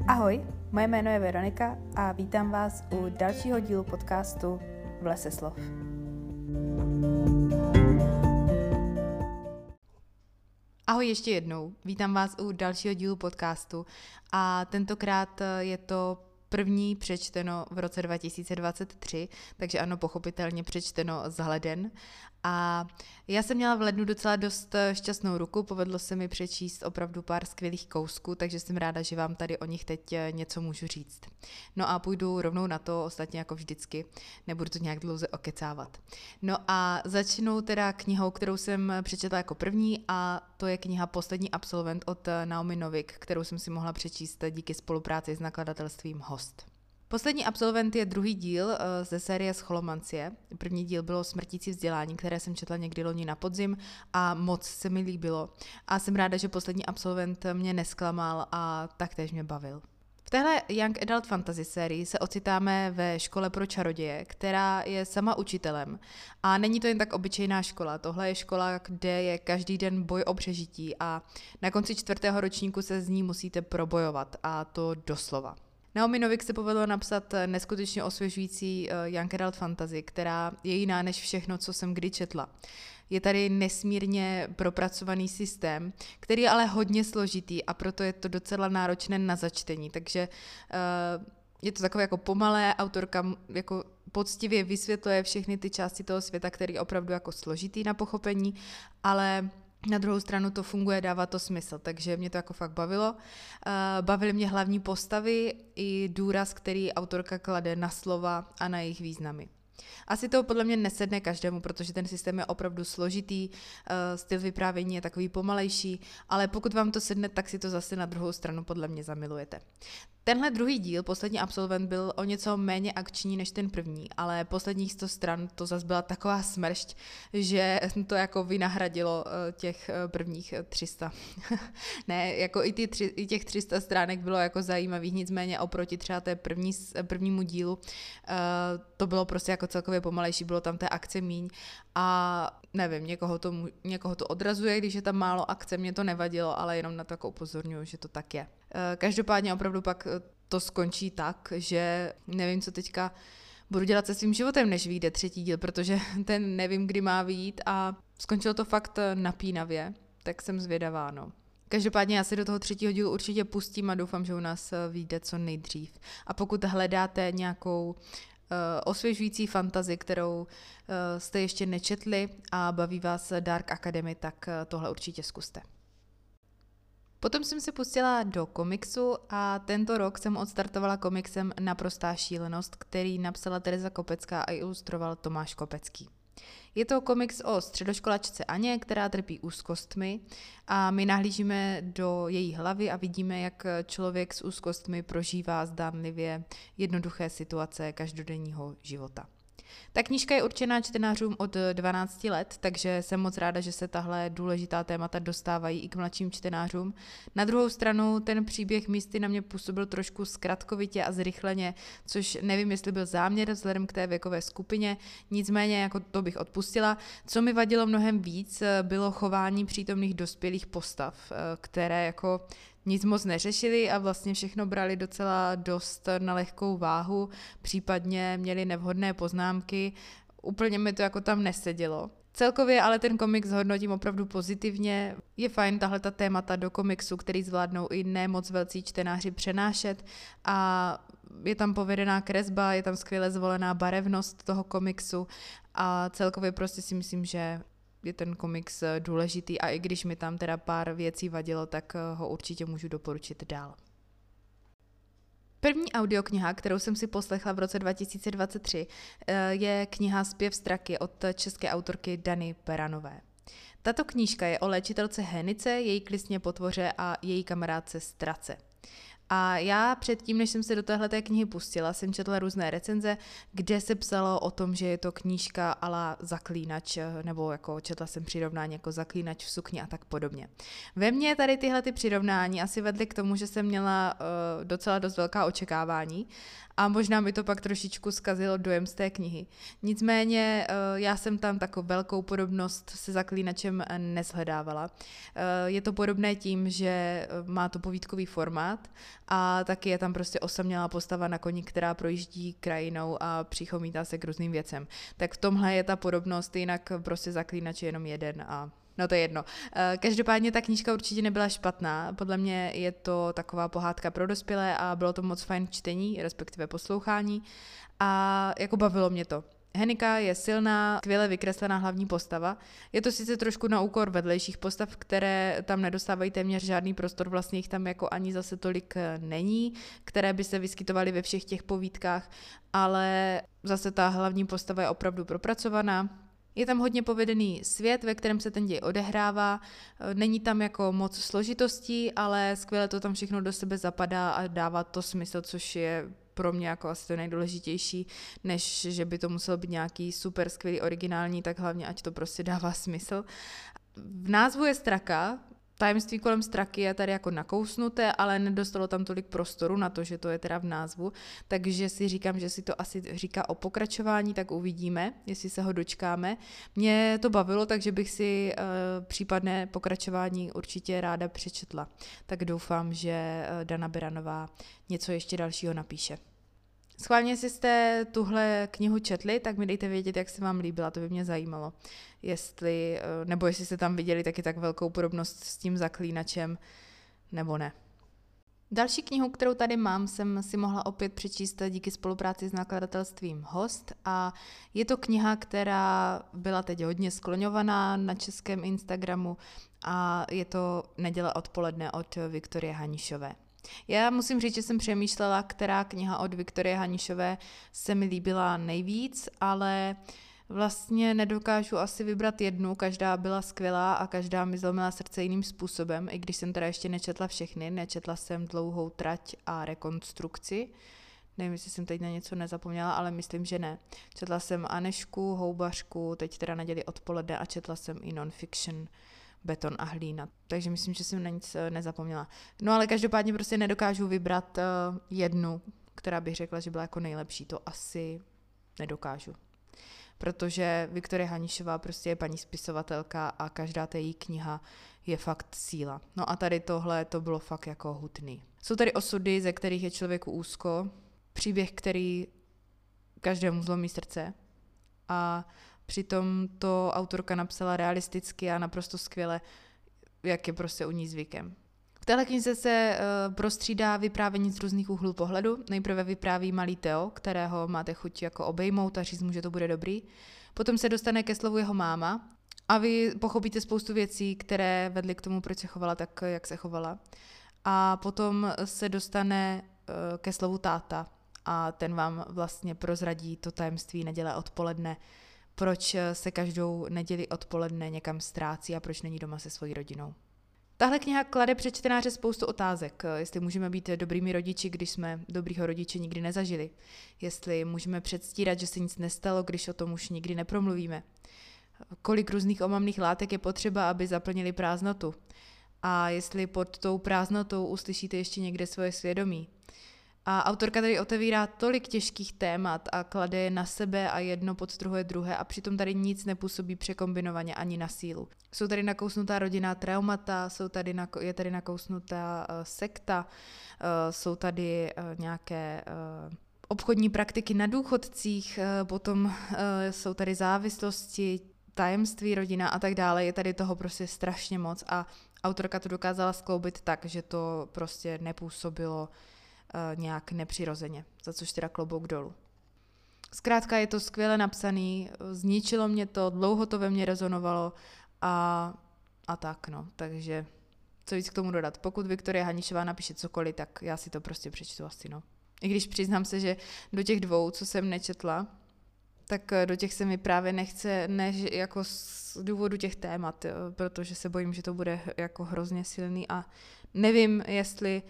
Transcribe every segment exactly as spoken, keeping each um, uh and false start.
Ahoj, moje jméno je Veronika a vítám vás u dalšího dílu podcastu V lese slov. Ahoj ještě jednou, vítám vás u dalšího dílu podcastu a tentokrát je to první přečteno v roce dva tisíce dvacet tři, takže ano, pochopitelně přečteno za leden. A já jsem měla v lednu docela dost šťastnou ruku, povedlo se mi přečíst opravdu pár skvělých kousků, takže jsem ráda, že vám tady o nich teď něco můžu říct. No a půjdu rovnou na to, ostatně jako vždycky, nebudu to nějak dlouze okecávat. No a začnu teda knihou, kterou jsem přečetla jako první, a to je kniha Poslední absolvent od Naomi Novik, kterou jsem si mohla přečíst díky spolupráci s nakladatelstvím Host. Poslední absolvent je druhý díl ze série Scholomancie. První díl bylo Smrtící vzdělání, které jsem četla někdy loni na podzim a moc se mi líbilo. A jsem ráda, že poslední absolvent mě nesklamal a taktéž mě bavil. V téhle Young Adult Fantasy sérii se ocitáme ve škole pro čaroděje, která je sama učitelem. A není to jen tak obyčejná škola, tohle je škola, kde je každý den boj o přežití a na konci čtvrtého ročníku se z ní musíte probojovat, a to doslova. Naomi Novik se povedlo napsat neskutečně osvěžující Young Adult Fantasy, která je jiná než všechno, co jsem kdy četla. Je tady nesmírně propracovaný systém, který je ale hodně složitý a proto je to docela náročné na začtení, takže uh, je to takové jako pomalé, autorka jako poctivě vysvětluje všechny ty části toho světa, který je opravdu jako složitý na pochopení, ale na druhou stranu to funguje, dává to smysl, takže mě to jako fakt bavilo. Uh, bavily mě hlavní postavy i důraz, který autorka klade na slova a na jejich významy. Asi to podle mě nesedne každému, protože ten systém je opravdu složitý, uh, styl vyprávění je takový pomalejší, ale pokud vám to sedne, tak si to zase na druhou stranu podle mě zamilujete. Tenhle druhý díl, Poslední absolvent, byl o něco méně akční než ten první, ale posledních sto stran to zase byla taková smršť, že to jako vynahradilo těch prvních tři sta. Ne, jako i, ty tři, i těch tři sta stránek bylo jako zajímavých, nicméně oproti třeba té první, prvnímu dílu uh, to bylo prostě jako celkově pomalejší, bylo tam té akce míň a nevím, někoho to, někoho to odrazuje, když je tam málo akce, mě to nevadilo, ale jenom na to jako upozorňuji, že to tak je. Každopádně opravdu pak to skončí tak, že nevím, co teďka budu dělat se svým životem, než vyjde třetí díl, protože ten nevím, kdy má vyjít a skončilo to fakt napínavě, tak jsem zvědavá, no. Každopádně já si do toho třetího dílu určitě pustím a doufám, že u nás vyjde co nejdřív. A pokud hledáte nějakou Uh, osvěžující fantasy, kterou uh, jste ještě nečetli a baví vás Dark Academy, tak uh, tohle určitě zkuste. Potom jsem se pustila do komiksu a tento rok jsem odstartovala komiksem Naprostá šílenost, který napsala Tereza Kopecká a ilustroval Tomáš Kopecký. Je to komiks o středoškolačce Aně, která trpí úzkostmi a my nahlížíme do její hlavy a vidíme, jak člověk s úzkostmi prožívá zdánlivě jednoduché situace každodenního života. Ta knížka je určená čtenářům od dvanácti let, takže jsem moc ráda, že se tahle důležitá témata dostávají i k mladším čtenářům. Na druhou stranu ten příběh místy na mě působil trošku zkratkovitě a zrychleně, což nevím, jestli byl záměr vzhledem k té věkové skupině, nicméně jako to bych odpustila. Co mi vadilo mnohem víc, bylo chování přítomných dospělých postav, které jako nic moc neřešili a vlastně všechno brali docela dost na lehkou váhu, případně měli nevhodné poznámky, úplně mi to jako tam nesedělo. Celkově ale ten komiks hodnotím opravdu pozitivně, je fajn tahleta témata do komiksu, který zvládnou i ne moc velcí čtenáři přenášet a je tam povedená kresba, je tam skvěle zvolená barevnost toho komiksu a celkově prostě si myslím, že je ten komiks důležitý a i když mi tam teda pár věcí vadilo, tak ho určitě můžu doporučit dál. První audiokniha, kterou jsem si poslechla v roce dva tisíce dvacet tři, je kniha Zpěv straky od české autorky Dany Peranové. Tato knížka je o léčitelce Henice, její klysně potvoře a její kamarádce Strace. A já předtím, než jsem se do téhleté knihy pustila, jsem četla různé recenze, kde se psalo o tom, že je to knížka a la Zaklínač, nebo jako četla jsem přirovnání jako Zaklínač v sukni a tak podobně. Ve mně tady tyhle ty přirovnání asi vedly k tomu, že jsem měla uh, docela dost velká očekávání a možná mi to pak trošičku zkazilo dojem z té knihy. Nicméně uh, já jsem tam takovou velkou podobnost se Zaklínačem neshledávala. Uh, je to podobné tím, že má to povídkový formát a taky je tam prostě osamělá postava na koni, která projíždí krajinou a přichomítá se k různým věcem. Tak v tomhle je ta podobnost, jinak prostě Zaklínač je jenom jeden a no to je jedno. Každopádně ta knížka určitě nebyla špatná, podle mě je to taková pohádka pro dospělé a bylo to moc fajn čtení, respektive poslouchání a jako bavilo mě to. Hennika je silná, skvěle vykreslená hlavní postava. Je to sice trošku na úkor vedlejších postav, které tam nedostávají téměř žádný prostor, vlastně jich tam jako ani zase tolik není, které by se vyskytovaly ve všech těch povídkách, ale zase ta hlavní postava je opravdu propracovaná. Je tam hodně povedený svět, ve kterém se ten děj odehrává, není tam jako moc složitostí, ale skvěle to tam všechno do sebe zapadá a dává to smysl, což je pro mě jako asi to nejdůležitější, než že by to muselo být nějaký super skvělý originální, tak hlavně ať to prostě dává smysl. V názvu je Straka, tajemství kolem Straky je tady jako nakousnuté, ale nedostalo tam tolik prostoru na to, že to je teda v názvu, takže si říkám, že si to asi říká o pokračování, tak uvidíme, jestli se ho dočkáme. Mě to bavilo, takže bych si uh, případné pokračování určitě ráda přečetla. Tak doufám, že Dana Beranová něco ještě dalšího napíše. Schválně, jestli jste tuhle knihu četli, tak mi dejte vědět, jak se vám líbila, to by mě zajímalo. Jestli, nebo jestli jste tam viděli taky tak velkou podobnost s tím Zaklínačem, nebo ne. Další knihu, kterou tady mám, jsem si mohla opět přečíst díky spolupráci s nakladatelstvím Host a je to kniha, která byla teď hodně skloňovaná na českém Instagramu a je to Neděle odpoledne od Viktorie Hanišové. Já musím říct, že jsem přemýšlela, která kniha od Viktorie Hanišové se mi líbila nejvíc, ale vlastně nedokážu asi vybrat jednu, každá byla skvělá a každá mi zlomila srdce jiným způsobem, i když jsem teda ještě nečetla všechny, nečetla jsem Dlouhou trať a Rekonstrukci, nevím, jestli jsem teď na něco nezapomněla, ale myslím, že ne. Četla jsem Anežku, Houbařku, teď teda Neděli odpoledne a četla jsem i non-fiction Beton a hlína. Takže myslím, že jsem na nic nezapomněla. No ale každopádně prostě nedokážu vybrat uh, jednu, která bych řekla, že byla jako nejlepší. To asi nedokážu. Protože Viktorie Hanišová prostě je paní spisovatelka a každá ta její kniha je fakt síla. No a tady tohle to bylo fakt jako hutný. Jsou tady osudy, ze kterých je člověku úzko, příběh, který každému zlomí srdce a přitom to autorka napsala realisticky a naprosto skvěle, jak je prostě u ní zvykem. V téhle knize se uh, prostřídá vyprávění z různých úhlů pohledu. Nejprve vypráví malý Teo, kterého máte chuť jako obejmout a říct mu, že to bude dobrý. Potom se dostane ke slovu jeho máma a vy pochopíte spoustu věcí, které vedly k tomu, proč se chovala tak, jak se chovala. A potom se dostane uh, ke slovu táta a ten vám vlastně prozradí to tajemství Neděle odpoledne, proč se každou neděli odpoledne někam ztrácí a proč není doma se svojí rodinou. Tahle kniha klade před čtenáře spoustu otázek, jestli můžeme být dobrými rodiči, když jsme dobrýho rodiče nikdy nezažili, jestli můžeme předstírat, že se nic nestalo, když o tom už nikdy nepromluvíme, kolik různých omamných látek je potřeba, aby zaplnili prázdnotu a jestli pod tou prázdnotou uslyšíte ještě někde svoje svědomí. A autorka tady otevírá tolik těžkých témat a klade je na sebe a jedno podtrhuje druhé a přitom tady nic nepůsobí překombinovaně ani na sílu. Jsou tady nakousnutá rodinná traumata, jsou tady nako, je tady nakousnutá uh, sekta, uh, jsou tady uh, nějaké uh, obchodní praktiky na důchodcích, uh, potom uh, jsou tady závislosti, tajemství rodina a tak dále. Je tady toho prostě strašně moc a autorka to dokázala skloubit tak, že to prostě nepůsobilo nějak nepřirozeně, za což teda klobouk dolů. Zkrátka je to skvěle napsaný, zničilo mě to, dlouho to ve mně rezonovalo a, a tak no, takže co víc k tomu dodat. Pokud Viktorie Hanišová napíše cokoliv, tak já si to prostě přečtu asi no. I když přiznám se, že do těch dvou, co jsem nečetla, tak do těch se mi právě nechce, než jako z důvodu těch témat, jo, protože se bojím, že to bude jako hrozně silný a nevím, jestli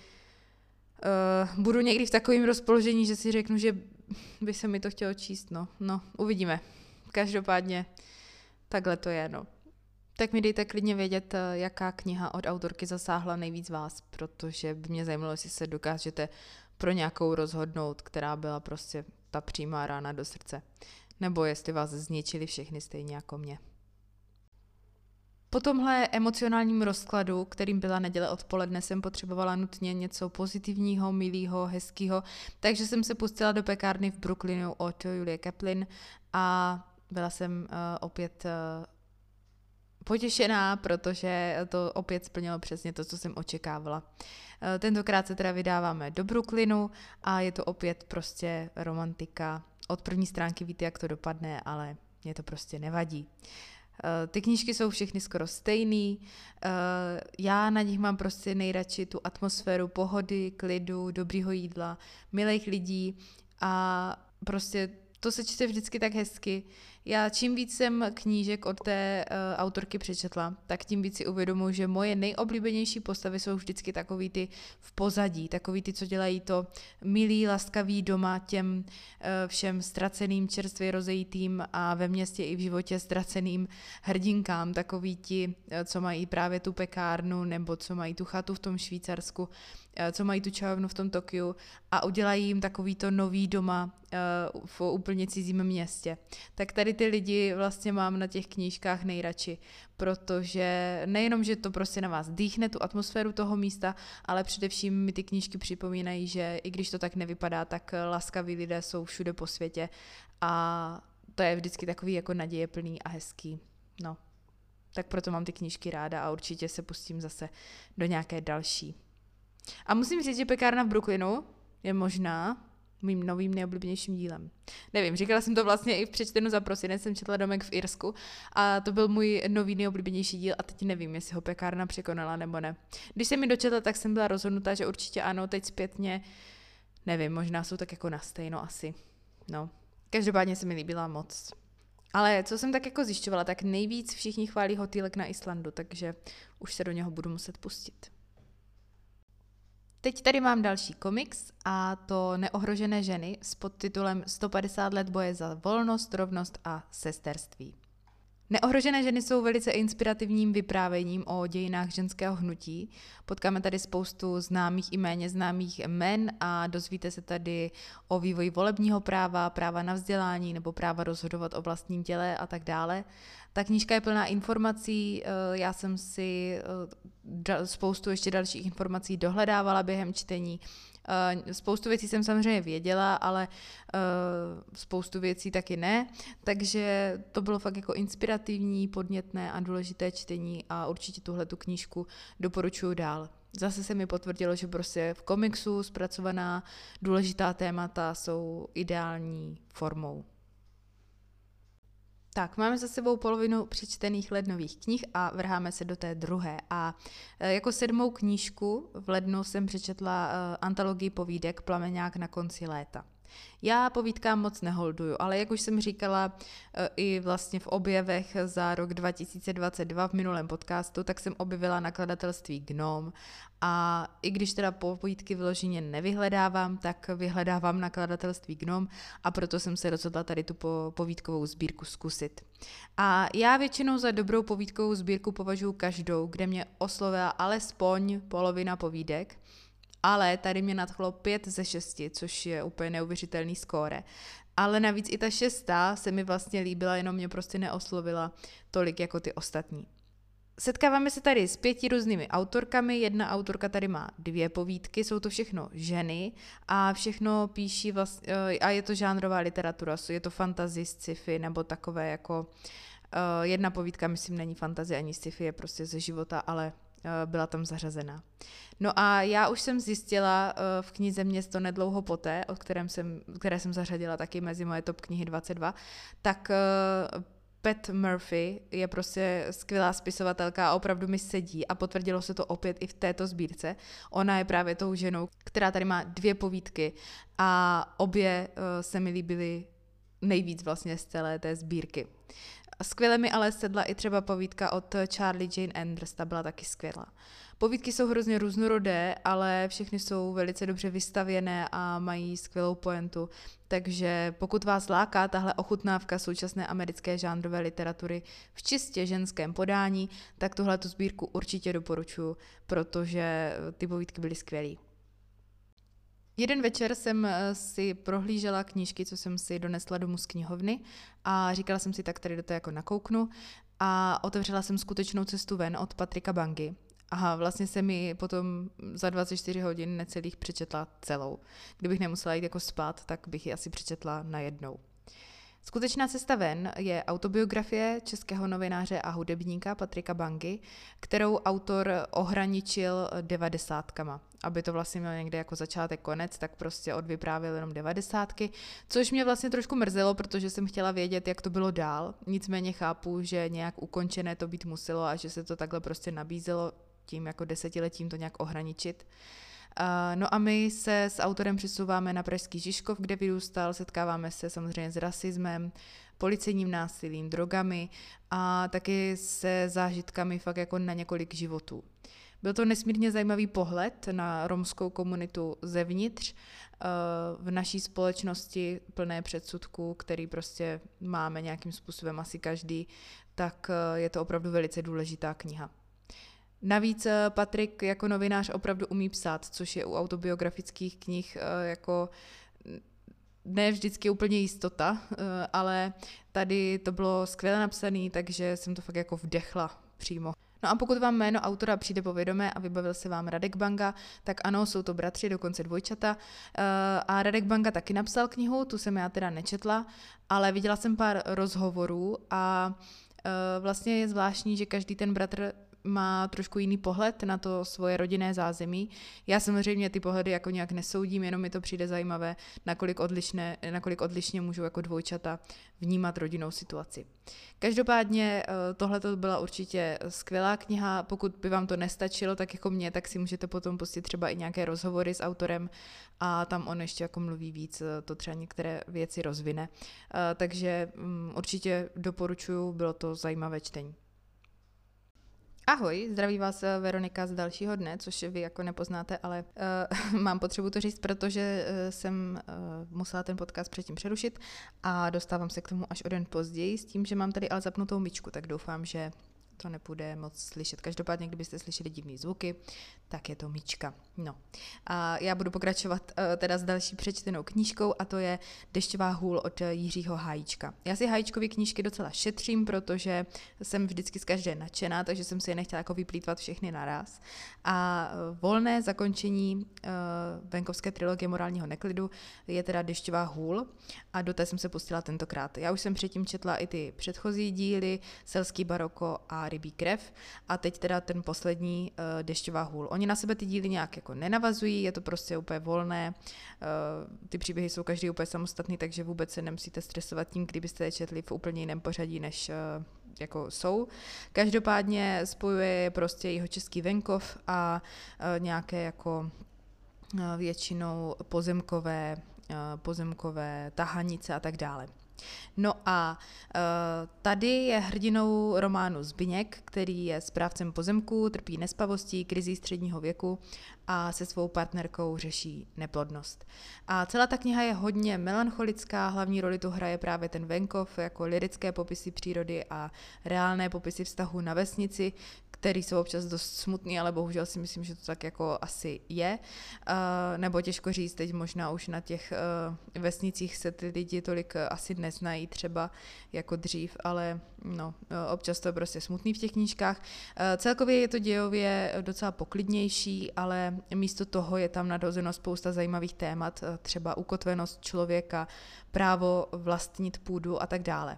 Uh, budu někdy v takovém rozpoložení, že si řeknu, že by se mi to chtělo číst, no. No, uvidíme. Každopádně takhle to je, no. Tak mi dejte klidně vědět, jaká kniha od autorky zasáhla nejvíc vás, protože by mě zajímalo, jestli se dokážete pro nějakou rozhodnout, která byla prostě ta přímá rána do srdce. Nebo jestli vás zničili všechny stejně jako mě. Po tomhle emocionálním rozkladu, kterým byla neděle odpoledne, jsem potřebovala nutně něco pozitivního, milého, hezkého, takže jsem se pustila do pekárny v Brooklynu od Julie Kaplan a byla jsem uh, opět uh, potěšená, protože to opět splnilo přesně to, co jsem očekávala. Uh, tentokrát se teda vydáváme do Brooklynu a je to opět prostě romantika. Od první stránky víte, jak to dopadne, ale mě to prostě nevadí. Ty knížky jsou všechny skoro stejný, já na nich mám prostě nejradši tu atmosféru pohody, klidu, dobrýho jídla, milých lidí a prostě to se čte vždycky tak hezky. Já čím víc jsem knížek od té uh, autorky přečetla, tak tím víc si uvědomuji, že moje nejoblíbenější postavy jsou vždycky takový ty v pozadí, takový ty, co dělají to milý, laskavý doma těm uh, všem ztraceným, čerstvě rozejitým a ve městě i v životě ztraceným hrdinkám, takový ti, uh, co mají právě tu pekárnu nebo co mají tu chatu v tom Švýcarsku, uh, co mají tu čajovnu v tom Tokiu a udělají jim takový to nový doma uh, v úplně cizím městě. Tak tady ty lidi vlastně mám na těch knížkách nejradši, protože nejenom, že to prostě na vás dýchne tu atmosféru toho místa, ale především mi ty knížky připomínají, že i když to tak nevypadá, tak laskaví lidé jsou všude po světě a to je vždycky takový jako nadějeplný a hezký. No, tak proto mám ty knížky ráda a určitě se pustím zase do nějaké další. A musím říct, že pekárna v Brooklynu je možná mým novým nejoblíbenějším dílem. Nevím, říkala jsem to vlastně i v přečtenu za prosinec, jsem četla Domek v Irsku a to byl můj nový nejoblíbenější díl a teď nevím, jestli ho pekárna překonala nebo ne. Když jsem mi dočetla, tak jsem byla rozhodnutá, že určitě ano, teď zpětně, nevím, možná jsou tak jako na stejno asi. No, každopádně se mi líbila moc. Ale co jsem tak jako zjišťovala, tak nejvíc všichni chválí Hotýlek na Islandu, takže už se do něho budu muset pustit. Teď tady mám další komiks a to Neohrožené ženy s podtitulem sto padesát let boje za volnost, rovnost a sesterství. Neohrožené ženy jsou velice inspirativním vyprávěním o dějinách ženského hnutí. Potkáme tady spoustu známých i méně známých jmen a dozvíte se tady o vývoji volebního práva, práva na vzdělání nebo práva rozhodovat o vlastním těle a tak dále. Ta knížka je plná informací, já jsem si spoustu ještě dalších informací dohledávala během čtení. Spoustu věcí jsem samozřejmě věděla, ale spoustu věcí taky ne, takže to bylo fakt jako inspirativní, podnětné a důležité čtení a určitě tuhle tu knížku doporučuji dál. Zase se mi potvrdilo, že prostě v komiksu zpracovaná důležitá témata jsou ideální formou. Tak, máme za sebou polovinu přečtených lednových knih a vrháme se do té druhé. A jako sedmou knížku v lednu jsem přečetla antologii povídek Plameňák na konci léta. Já povídkám moc neholduju, ale jak už jsem říkala i vlastně v objevech za rok dva tisíce dvacet dva v minulém podcastu, tak jsem objevila nakladatelství Gnom a i když teda povídky vyloženě nevyhledávám, tak vyhledávám nakladatelství Gnom a proto jsem se rozhodla tady tu povídkovou sbírku zkusit. A já většinou za dobrou povídkovou sbírku považuji každou, kde mě oslovila alespoň polovina povídek, ale tady mě nadchlo pět ze šesti, což je úplně neuvěřitelný skóre. Ale navíc i ta šestá se mi vlastně líbila, jenom mě prostě neoslovila tolik jako ty ostatní. Setkáváme se tady s pěti různými autorkami, jedna autorka tady má dvě povídky, jsou to všechno ženy a všechno píší vlastně, a je to žánrová literatura, je to fantasy, sci-fi nebo takové jako, jedna povídka myslím není fantasy ani sci-fi, je prostě ze života, ale byla tam zařazená. No a já už jsem zjistila v knize Město nedlouho poté, od kterém jsem, které jsem zařadila taky mezi moje top knihy dvacet dva, tak Pat Murphy je prostě skvělá spisovatelka a opravdu mi sedí a potvrdilo se to opět i v této sbírce. Ona je právě tou ženou, která tady má dvě povídky a obě se mi líbily nejvíc vlastně z celé té sbírky. Skvěle mi ale sedla i třeba povídka od Charlie Jane Anders, ta byla taky skvělá. Povídky jsou hrozně různorodé, ale všechny jsou velice dobře vystavěné a mají skvělou pointu, takže pokud vás láká tahle ochutnávka současné americké žánrové literatury v čistě ženském podání, tak tuhle tu sbírku určitě doporučuji, protože ty povídky byly skvělé. Jeden večer jsem si prohlížela knížky, co jsem si donesla domů z knihovny a říkala jsem si, tak tady do toho jako nakouknu a otevřela jsem Skutečnou cestu ven od Patrika Bangy. Aha, vlastně se mi potom za dvacet čtyři hodin necelých přečetla celou. Kdybych nemusela jít jako spát, tak bych ji asi přečetla najednou. Skutečná cesta ven je autobiografie českého novináře a hudebníka Patrika Bangy, kterou autor ohraničil devadesátkama. Aby to vlastně mělo někde jako začátek, konec, tak prostě odvyprávěl jenom devadesátky, což mě vlastně trošku mrzelo, protože jsem chtěla vědět, jak to bylo dál. Nicméně chápu, že nějak ukončené to být muselo a že se to takhle prostě nabízelo tím jako desetiletím to nějak ohraničit. Uh, no a my se s autorem přesouváme na pražský Žižkov, kde vyrůstal, setkáváme se samozřejmě s rasismem, policejním násilím, drogami a taky se zážitkami fakt jako na několik životů. Byl to nesmírně zajímavý pohled na romskou komunitu zevnitř uh, v naší společnosti plné předsudků, který prostě máme nějakým způsobem asi každý, tak uh, je to opravdu velice důležitá kniha. Navíc Patrik jako novinář opravdu umí psát, což je u autobiografických knih jako ne vždycky úplně jistota, ale tady to bylo skvěle napsané, takže jsem to fakt jako vdechla přímo. No a pokud vám jméno autora přijde povědomé a vybavil se vám Radek Banga, tak ano, jsou to bratři, dokonce dvojčata. A Radek Banga taky napsal knihu, tu jsem já teda nečetla, ale viděla jsem pár rozhovorů a vlastně je zvláštní, že každý ten bratr má trošku jiný pohled na to svoje rodinné zázemí. Já samozřejmě ty pohledy jako nějak nesoudím, jenom mi to přijde zajímavé, nakolik, odlišné, nakolik odlišně můžou jako dvojčata vnímat rodinnou situaci. Každopádně tohle to byla určitě skvělá kniha, pokud by vám to nestačilo, tak jako mě, tak si můžete potom pustit třeba i nějaké rozhovory s autorem a tam on ještě jako mluví víc, to třeba některé věci rozvine. Takže určitě doporučuji, bylo to zajímavé čtení. Ahoj, zdraví vás Veronika z dalšího dne, což vy jako nepoznáte, ale uh, mám potřebu to říct, protože uh, jsem uh, musela ten podcast předtím přerušit a dostávám se k tomu až o den později s tím, že mám tady ale zapnutou myčku, tak doufám, že to nepůjde moc slyšet. Každopádně, kdybyste slyšeli divné zvuky, tak je to myčka. No. A já budu pokračovat uh, teda s další přečtenou knížkou a to je Dešťová hůl od Jiřího Hájíčka. Já si Hájíčkovy knížky docela šetřím, protože jsem vždycky z každé nadšená, takže jsem si je nechtěla jako vyplýtvat všechny naraz. A uh, volné zakončení uh, venkovské trilogie Morálního neklidu je teda Dešťová hůl a do té jsem se pustila tentokrát. Já už jsem předtím četla i ty předchozí díly, Selský baroko a Rybí krev a teď teda ten poslední uh, Dešťová hůl. Oni na sebe ty díly nějak jako nenavazují, je to prostě úplně volné, uh, ty příběhy jsou každý úplně samostatný, takže vůbec se nemusíte stresovat tím, kdybyste je četli v úplně jiném pořadí, než uh, jako jsou. Každopádně spojuje prostě jeho český venkov a uh, nějaké jako uh, většinou pozemkové, uh, pozemkové tahanice a tak dále. No a uh, tady je hrdinou románu Zbyněk, který je správcem pozemku, trpí nespavostí, krizí středního věku a se svou partnerkou řeší neplodnost. A celá ta kniha je hodně melancholická, hlavní roli tu hraje právě ten venkov, jako lyrické popisy přírody a reálné popisy vztahu na vesnici, který jsou občas dost smutný, ale bohužel si myslím, že to tak jako asi je. Uh, nebo těžko říct, teď možná už na těch uh, vesnicích se ty lidi tolik uh, asi neznají třeba jako dřív, ale no, uh, občas to je prostě smutný v těch knížkách. Uh, celkově je to dějově docela poklidnější, ale místo toho je tam nadhozeno spousta zajímavých témat, uh, třeba ukotvenost člověka, právo vlastnit půdu a tak dále.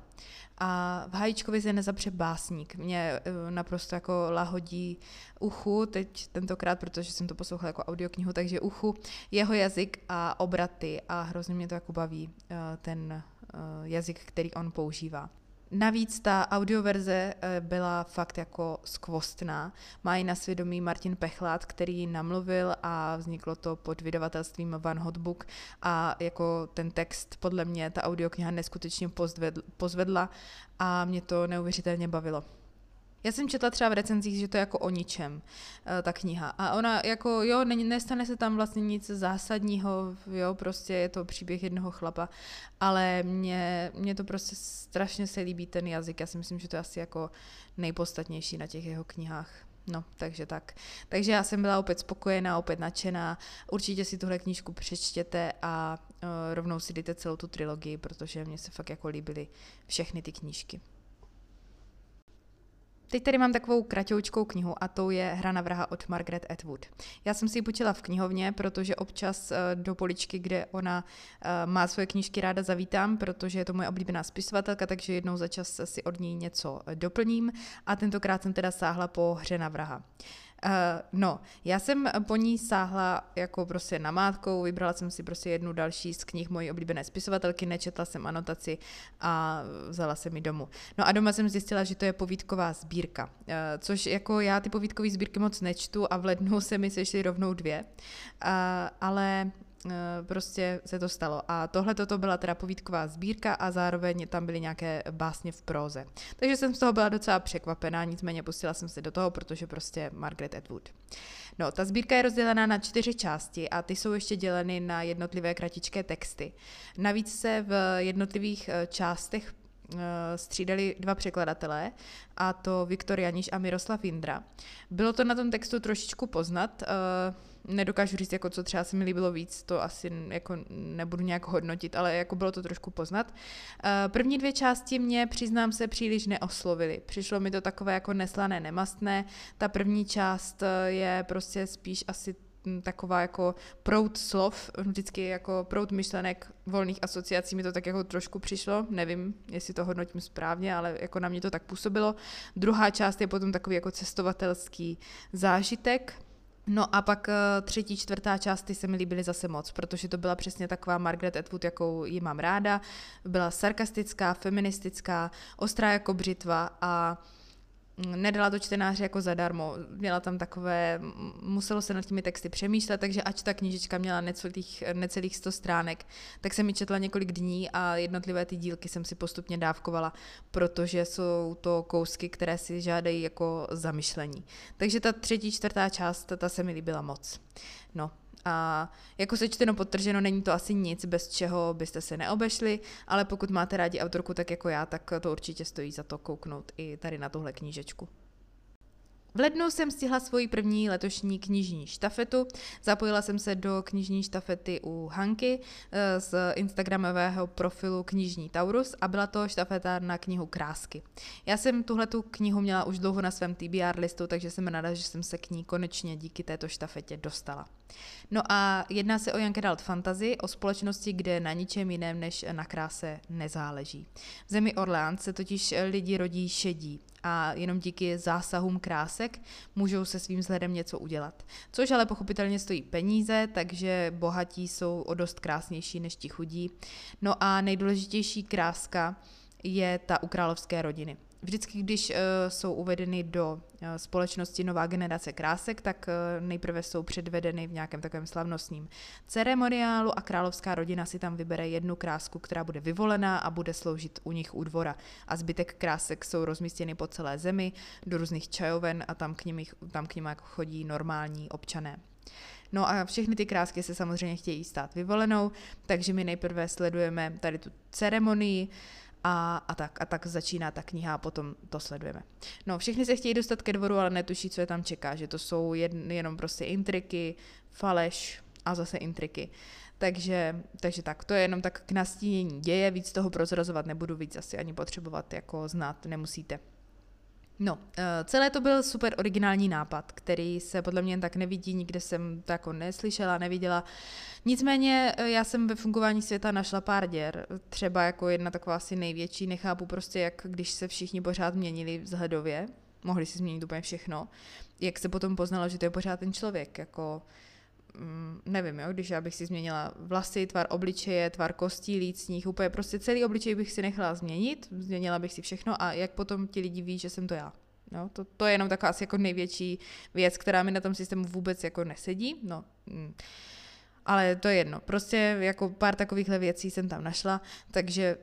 A v Hájíčkovi se nezapře básník. Mě naprosto jako lahodí uchu, teď tentokrát, protože jsem to poslouchala jako audioknihu, takže uchu, jeho jazyk a obraty a hrozně mě to jako baví ten jazyk, který on používá. Navíc ta audioverze byla fakt jako skvostná. Má ji na svědomí Martin Pechlát, který ji namluvil a vzniklo to pod vydavatelstvím Van Hotbook a jako ten text podle mě ta audiokniha neskutečně pozvedla a mě to neuvěřitelně bavilo. Já jsem četla třeba v recenzích, že to je jako o ničem, ta kniha. A ona jako, jo, ne, nestane se tam vlastně nic zásadního, jo, prostě je to příběh jednoho chlapa, ale mně, mně to prostě strašně se líbí ten jazyk. Já si myslím, že to je asi jako nejpodstatnější na těch jeho knihách. No, takže tak. Takže já jsem byla opět spokojená, opět nadšená. Určitě si tuhle knížku přečtěte a uh, rovnou si dejte celou tu trilogii, protože mně se fakt jako líbily všechny ty knížky. Teď tady mám takovou kratoučkou knihu a tou je Hra na vraha od Margaret Atwood. Já jsem si ji počila v knihovně, protože občas do poličky, kde ona má svoje knížky, ráda zavítám, protože je to moje oblíbená spisovatelka, takže jednou za čas si od ní něco doplním a tentokrát jsem teda sáhla po Hře na vraha. Uh, no, já jsem po ní sáhla jako prostě namátkou, vybrala jsem si prostě jednu další z knih mojí oblíbené spisovatelky, nečetla jsem anotaci a vzala jsem ji domů. No a doma jsem zjistila, že to je povídková sbírka, uh, což jako já ty povídkové sbírky moc nečtu a v lednu se mi sešly rovnou dvě, uh, ale prostě se to stalo. A tohle toto byla teda povídková sbírka a zároveň tam byly nějaké básně v próze. Takže jsem z toho byla docela překvapená, nicméně pustila jsem se do toho, protože prostě Margaret Atwood. No, ta sbírka je rozdělená na čtyři části a ty jsou ještě děleny na jednotlivé kratičké texty. Navíc se v jednotlivých částech střídali dva překladatelé, a to Viktor Janiš a Miroslav Jindra. Bylo to na tom textu trošičku poznat, nedokážu říct, jako co třeba se mi líbilo víc, to asi jako nebudu nějak hodnotit, ale jako bylo to trošku poznat. První dvě části mě, přiznám se, příliš neoslovily. Přišlo mi to takové jako neslané, nemastné. Ta první část je prostě spíš asi taková jako proud slov, vždycky jako proud myšlenek, volných asociací mi to tak jako trošku přišlo, nevím, jestli to hodnotím správně, ale jako na mě to tak působilo. Druhá část je potom takový jako cestovatelský zážitek. No a pak třetí, čtvrtá část, ty se mi líbily zase moc, protože to byla přesně taková Margaret Atwood, jakou ji mám ráda. Byla sarkastická, feministická, ostrá jako břitva a nedala to čtenáři jako zadarmo. Měla tam takové, muselo se nad těmi texty přemýšlet, takže ač ta knížečka měla necelých, necelých sto stránek, tak jsem ji četla několik dní a jednotlivé ty dílky jsem si postupně dávkovala, protože jsou to kousky, které si žádají jako zamyšlení. Takže ta třetí, čtvrtá část, ta se mi líbila moc. No. A jako sečteno podtrženo, není to asi nic, bez čeho byste se neobešli, ale pokud máte rádi autorku tak jako já, tak to určitě stojí za to kouknout i tady na tuhle knížečku. V lednu jsem stihla svoji první letošní knižní štafetu. Zapojila jsem se do knižní štafety u Hanky z instagramového profilu Knižní Taurus a byla to štafeta na knihu Krásky. Já jsem tuhletu knihu měla už dlouho na svém T B R listu, takže jsem ráda, že jsem se k ní konečně díky této štafetě dostala. No a jedná se o Young Adult Fantasy, o společnosti, kde na ničem jiném než na kráse nezáleží. V zemi Orleans se totiž lidi rodí šedí a jenom díky zásahům krásek můžou se svým vzhledem něco udělat. Což ale pochopitelně stojí peníze, takže bohatí jsou o dost krásnější než ti chudí. No a nejdůležitější kráska je ta u královské rodiny. Vždycky, když uh, jsou uvedeny do uh, společnosti nová generace krásek, tak uh, nejprve jsou předvedeny v nějakém takovém slavnostním ceremoniálu a královská rodina si tam vybere jednu krásku, která bude vyvolená a bude sloužit u nich u dvora. A zbytek krásek jsou rozmístěny po celé zemi do různých čajoven a tam k nim, tam k nim jako chodí normální občané. No a všechny ty krásky se samozřejmě chtějí stát vyvolenou, takže my nejprve sledujeme tady tu ceremonii, A, a, tak, a tak začíná ta kniha a potom to sledujeme. No, všichni se chtějí dostat ke dvoru, ale netuší, co je tam čeká, že to jsou jen, jenom prostě intriky, faleš a zase intriky. Takže, takže tak, to je jenom tak k nastínění děje, víc toho prozrazovat nebudu, víc asi ani potřebovat jako znát nemusíte. No, celé to byl super originální nápad, který se podle mě jen tak nevidí, nikde jsem to jako neslyšela, neviděla. Nicméně já jsem ve fungování světa našla pár děr, třeba jako jedna taková asi největší, nechápu prostě, jak když se všichni pořád měnili vzhledově, mohli si změnit úplně všechno, jak se potom poznalo, že to je pořád ten člověk, jako mm, nevím, jo, když já bych si změnila vlasy, tvar obličeje, tvar kostí, lícních, úplně prostě celý obličej bych si nechala změnit, změnila bych si všechno a jak potom ti lidi ví, že jsem to já. No, to, to je jenom taková asi jako největší věc, která mi na tom systému vůbec jako nesedí, no, mm. ale to je jedno, prostě jako pár takovýchhle věcí jsem tam našla, takže,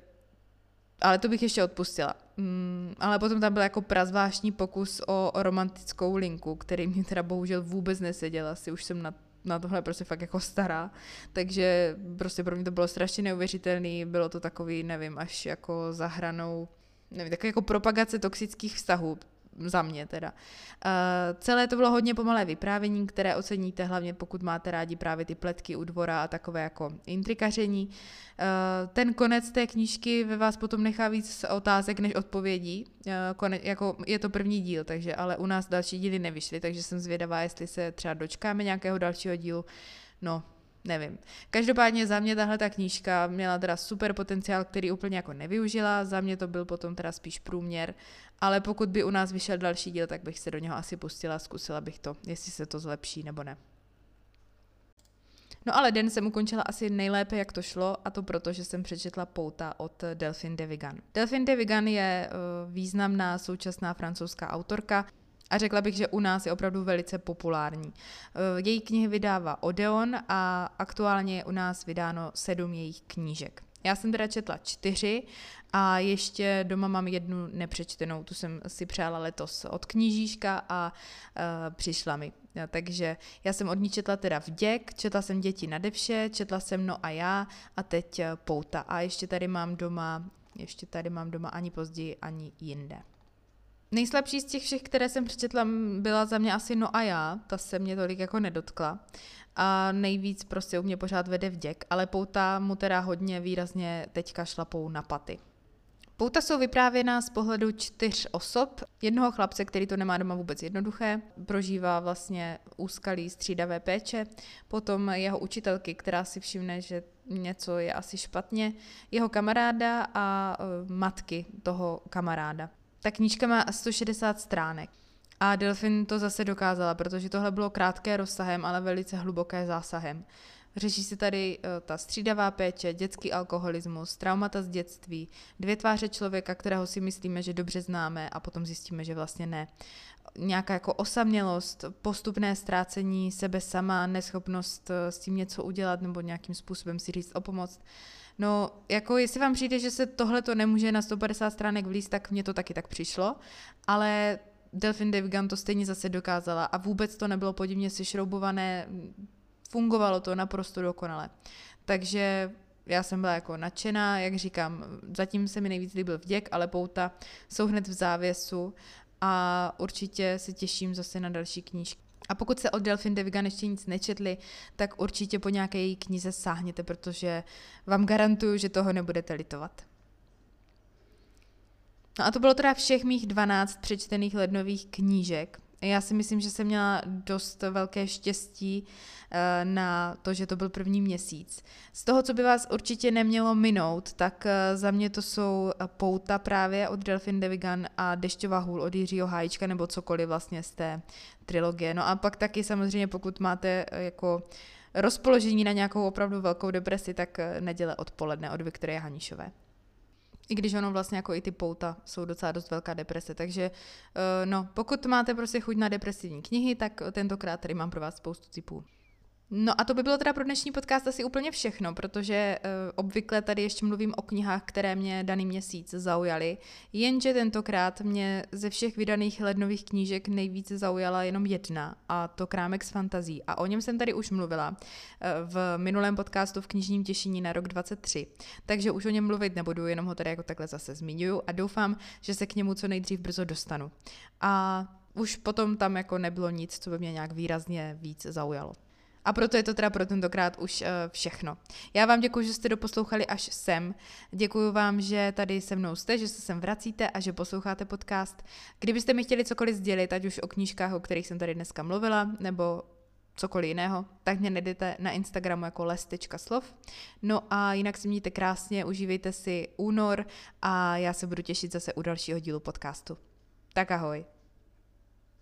ale to bych ještě odpustila. Mm, ale potom tam byl jako prazvláštní pokus o, o romantickou linku, který mě teda bohužel vůbec neseděl, asi už jsem na na tohle prostě fakt jako stará, takže prostě pro mě to bylo strašně neuvěřitelný, bylo to takový, nevím, až jako za hranou, nevím, takový jako propagace toxických vztahů. za mě teda. Uh, celé to bylo hodně pomalé vyprávění, které oceníte hlavně pokud máte rádi právě ty pletky u dvora a takové jako intrikaření. Uh, ten konec té knížky ve vás potom nechá víc otázek než odpovědí. Uh, konec, jako je to první díl, takže ale u nás další díly nevyšly, takže jsem zvědavá, jestli se třeba dočkáme nějakého dalšího dílu. No, nevím. Každopádně za mě tahle ta knížka měla teda super potenciál, který úplně jako nevyužila, za mě to byl potom teda spíš průměr, ale pokud by u nás vyšel další díl, tak bych se do něho asi pustila, zkusila bych to, jestli se to zlepší nebo ne. No ale den jsem ukončila asi nejlépe, jak to šlo, a to proto, že jsem přečetla Pouta od Delphine de Vigan. Delphine de Vigan je uh, významná současná francouzská autorka, a řekla bych, že u nás je opravdu velice populární. Její knihy vydává Odeon a aktuálně je u nás vydáno sedm jejich knížek. Já jsem teda četla čtyři a ještě doma mám jednu nepřečtenou, tu jsem si přála letos od knížíška a uh, přišla mi. Takže já jsem od ní četla teda Vděk, četla jsem Děti na devše, četla jsem No a já a teď Pouta. A ještě tady mám doma, ještě tady mám doma Ani později, ani jinde. Nejslabší z těch všech, které jsem přečetla, byla za mě asi No a já, ta se mě tolik jako nedotkla. A nejvíc prostě u mě pořád vede Vděk, ale Pouta mu teda hodně výrazně teďka šlapou na paty. Pouta jsou vyprávěná z pohledu čtyř osob. Jednoho chlapce, který to nemá doma vůbec jednoduché, prožívá vlastně úskalí střídavé péče, potom jeho učitelky, která si všimne, že něco je asi špatně, jeho kamaráda a uh, matky toho kamaráda. Ta knížka má sto šedesát stránek a Delphine to zase dokázala, protože tohle bylo krátké rozsahem, ale velice hluboké zásahem. Řeší se tady uh, ta střídavá péče, dětský alkoholismus, traumata z dětství, dvě tváře člověka, kterého si myslíme, že dobře známe a potom zjistíme, že vlastně ne. Nějaká jako osamělost, postupné ztrácení sebe sama, neschopnost uh, s tím něco udělat nebo nějakým způsobem si říct o pomoc. No, jako jestli vám přijde, že se tohle to nemůže na sto padesát stránek vlízt, tak mně to taky tak přišlo, ale Delphine de Vigan to stejně zase dokázala a vůbec to nebylo podivně sešroubované, fungovalo to naprosto dokonale. Takže já jsem byla jako nadšená, jak říkám, zatím se mi nejvíc líbil Vděk, ale Pouta jsou hned v závěsu a určitě se těším zase na další knížky. A pokud se od Delphine de Vigan ještě nic nečetli, tak určitě po nějaké její knize sáhněte, protože vám garantuju, že toho nebudete litovat. No a to bylo teda všech mých dvanáct přečtených lednových knížek. Já si myslím, že jsem měla dost velké štěstí na to, že to byl první měsíc. Z toho, co by vás určitě nemělo minout, tak za mě to jsou Pouta právě od Delphine de Vigan a Dešťová hůl od Jiřího Háječka nebo cokoliv vlastně z té trilogie. No a pak taky samozřejmě, pokud máte jako rozpoložení na nějakou opravdu velkou depresi, tak Neděle odpoledne od Viktorie Haníšové. I když ono vlastně jako i ty Pouta jsou docela dost velká deprese, takže no, pokud máte prostě chuť na depresivní knihy, tak tentokrát tady mám pro vás spoustu tipů. No a to by bylo teda pro dnešní podcast asi úplně všechno, protože uh, obvykle tady ještě mluvím o knihách, které mě daný měsíc zaujaly, jenže tentokrát mě ze všech vydaných lednových knížek nejvíce zaujala jenom jedna, a to Krámek s fantazí. A o něm jsem tady už mluvila uh, v minulém podcastu v knižním těšení na rok dvacet tři, takže už o něm mluvit nebudu, jenom ho tady jako takhle zase zmiňuju a doufám, že se k němu co nejdřív brzo dostanu. A už potom tam jako nebylo nic, co by mě nějak výrazně víc zaujalo. A proto je to teda pro tentokrát už uh, všechno. Já vám děkuji, že jste doposlouchali až sem. Děkuji vám, že tady se mnou jste, že se sem vracíte a že posloucháte podcast. Kdybyste mi chtěli cokoliv sdělit, ať už o knížkách, o kterých jsem tady dneska mluvila, nebo cokoliv jiného, tak mě najdete na Instagramu jako les tečka slov. No a jinak si mějte krásně, užívejte si únor a já se budu těšit zase u dalšího dílu podcastu. Tak ahoj.